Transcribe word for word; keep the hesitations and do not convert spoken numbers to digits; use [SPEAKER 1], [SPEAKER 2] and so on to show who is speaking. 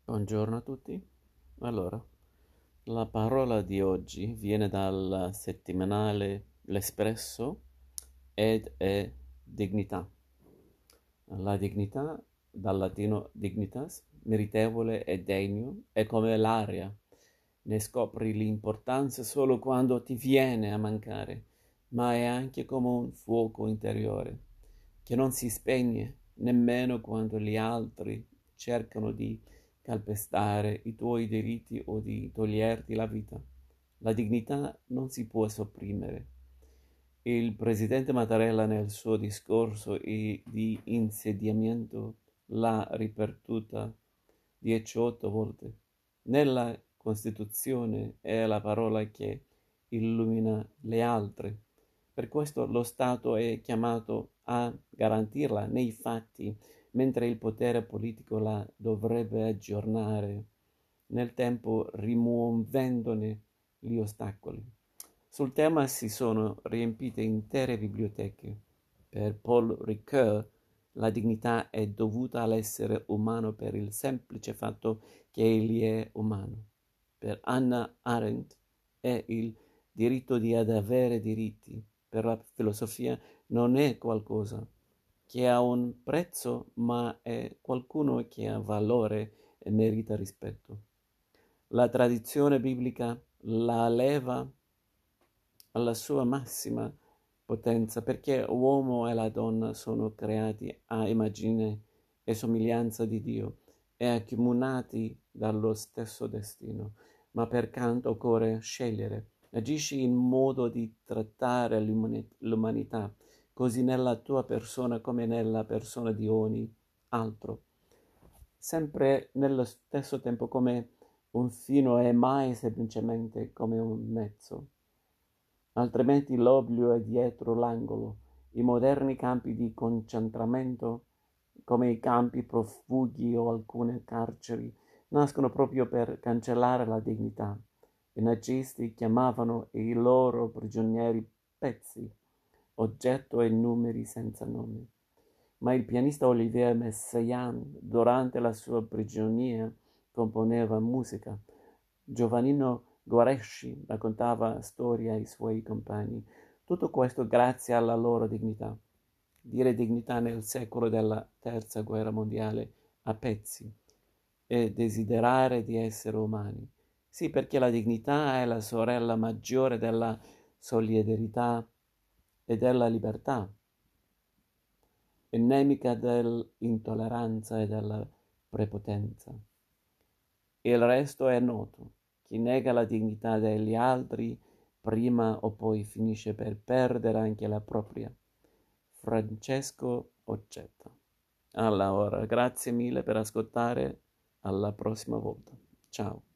[SPEAKER 1] Buongiorno a tutti. Allora, la parola di oggi viene dal settimanale L'Espresso ed è dignità. La dignità, dal latino dignitas, meritevole e degno, è come l'aria. Ne scopri l'importanza solo quando ti viene a mancare, ma è anche come un fuoco interiore, che non si spegne nemmeno quando gli altri cercano di calpestare i tuoi diritti o di toglierti la vita. La dignità non si può sopprimere. Il presidente Mattarella nel suo discorso i- di insediamento l'ha ripetuta diciotto volte. Nella Costituzione è la parola che illumina le altre. Per questo lo Stato è chiamato a garantirla nei fatti, mentre il potere politico la dovrebbe aggiornare nel tempo rimuovendone gli ostacoli. Sul tema si sono riempite intere biblioteche. Per Paul Ricoeur la dignità è dovuta all'essere umano per il semplice fatto che egli è umano. Per Hannah Arendt è il diritto di ad avere diritti. Per la filosofia non è qualcosa che ha un prezzo, ma è qualcuno che ha valore e merita rispetto. La tradizione biblica la eleva alla sua massima potenza perché l'uomo e la donna sono creati a immagine e somiglianza di Dio e accomunati dallo stesso destino, ma per canto occorre scegliere. Agisci in modo di trattare l'umani- l'umanità, così nella tua persona come nella persona di ogni altro, sempre nello stesso tempo come un fino e mai semplicemente come un mezzo. Altrimenti l'oblio è dietro l'angolo. I moderni campi di concentramento, come i campi profughi o alcune carceri, nascono proprio per cancellare la dignità. I nazisti chiamavano i loro prigionieri pezzi, oggetto e numeri senza nome. Ma il pianista Olivier Messiaen, durante la sua prigionia, componeva musica. Giovannino Guareschi raccontava storie ai suoi compagni. Tutto questo grazie alla loro dignità. Dire dignità nel secolo della terza guerra mondiale a pezzi e desiderare di essere umani. Sì, perché la dignità è la sorella maggiore della solidarietà e della libertà, è nemica dell'intolleranza e della prepotenza. Il resto è noto. Chi nega la dignità degli altri prima o poi finisce per perdere anche la propria. Francesco Occetta. Allora, grazie mille per ascoltare. Alla prossima volta. Ciao.